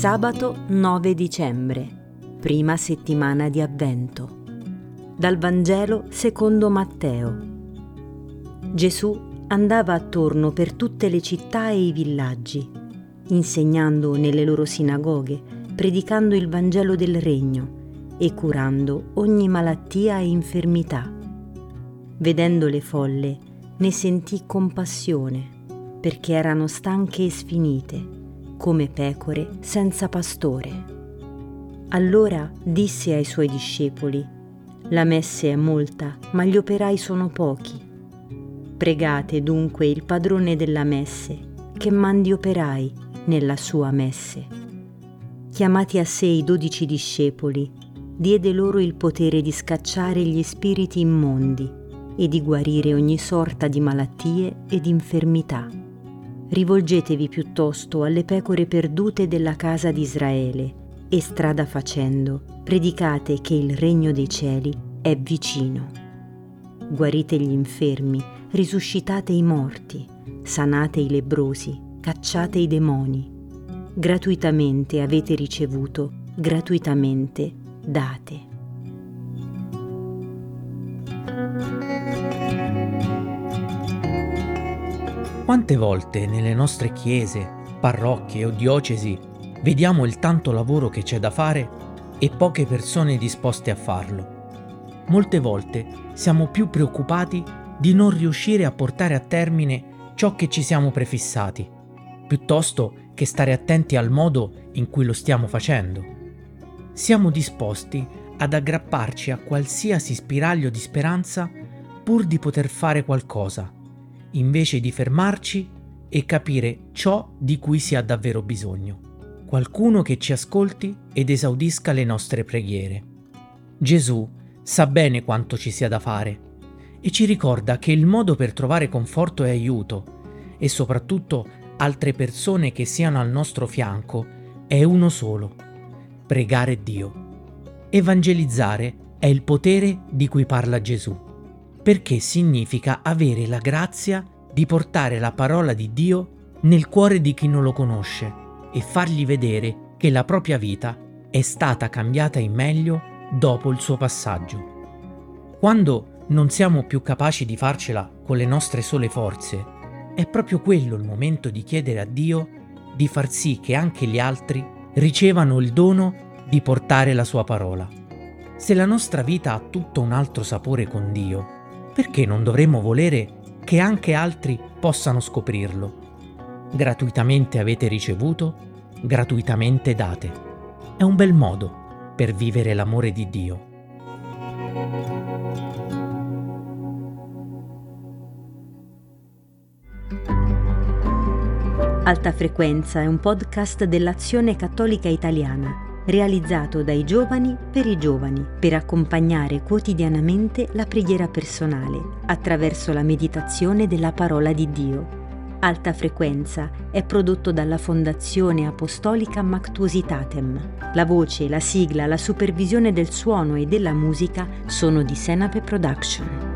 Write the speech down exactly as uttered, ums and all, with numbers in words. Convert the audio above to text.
Sabato nove dicembre, prima settimana di Avvento. Dal Vangelo secondo Matteo. Gesù andava attorno per tutte le città e i villaggi, insegnando nelle loro sinagoghe, predicando il Vangelo del Regno e curando ogni malattia e infermità. Vedendo le folle, ne sentì compassione, perché erano stanche e sfinite, come pecore senza pastore. Allora disse ai suoi discepoli: «La messe è molta, ma gli operai sono pochi. Pregate dunque il padrone della messe, che mandi operai nella sua messe». Chiamati a sé i dodici discepoli, diede loro il potere di scacciare gli spiriti immondi e di guarire ogni sorta di malattie e di infermità. Rivolgetevi piuttosto alle pecore perdute della casa di Israele e, strada facendo, predicate che il regno dei cieli è vicino. Guarite gli infermi, risuscitate i morti, sanate i lebbrosi, cacciate i demoni. Gratuitamente avete ricevuto, gratuitamente date. Quante volte nelle nostre chiese, parrocchie o diocesi vediamo il tanto lavoro che c'è da fare e poche persone disposte a farlo. Molte volte siamo più preoccupati di non riuscire a portare a termine ciò che ci siamo prefissati, piuttosto che stare attenti al modo in cui lo stiamo facendo. Siamo disposti ad aggrapparci a qualsiasi spiraglio di speranza pur di poter fare qualcosa, invece di fermarci e capire ciò di cui si ha davvero bisogno. Qualcuno che ci ascolti ed esaudisca le nostre preghiere. Gesù sa bene quanto ci sia da fare e ci ricorda che il modo per trovare conforto e aiuto, e soprattutto altre persone che siano al nostro fianco, è uno solo: pregare Dio. Evangelizzare è il potere di cui parla Gesù, perché significa avere la grazia di portare la parola di Dio nel cuore di chi non lo conosce e fargli vedere che la propria vita è stata cambiata in meglio dopo il suo passaggio. Quando non siamo più capaci di farcela con le nostre sole forze, è proprio quello il momento di chiedere a Dio di far sì che anche gli altri ricevano il dono di portare la sua parola. Se la nostra vita ha tutto un altro sapore con Dio, perché non dovremmo volere che anche altri possano scoprirlo? Gratuitamente avete ricevuto, gratuitamente date. È un bel modo per vivere l'amore di Dio. Alta Frequenza è un podcast dell'Azione Cattolica Italiana, realizzato dai giovani per i giovani, per accompagnare quotidianamente la preghiera personale attraverso la meditazione della parola di Dio. Alta Frequenza è prodotto dalla Fondazione Apostolica Mactuositatem. La voce, la sigla, la supervisione del suono e della musica sono di Senape Production.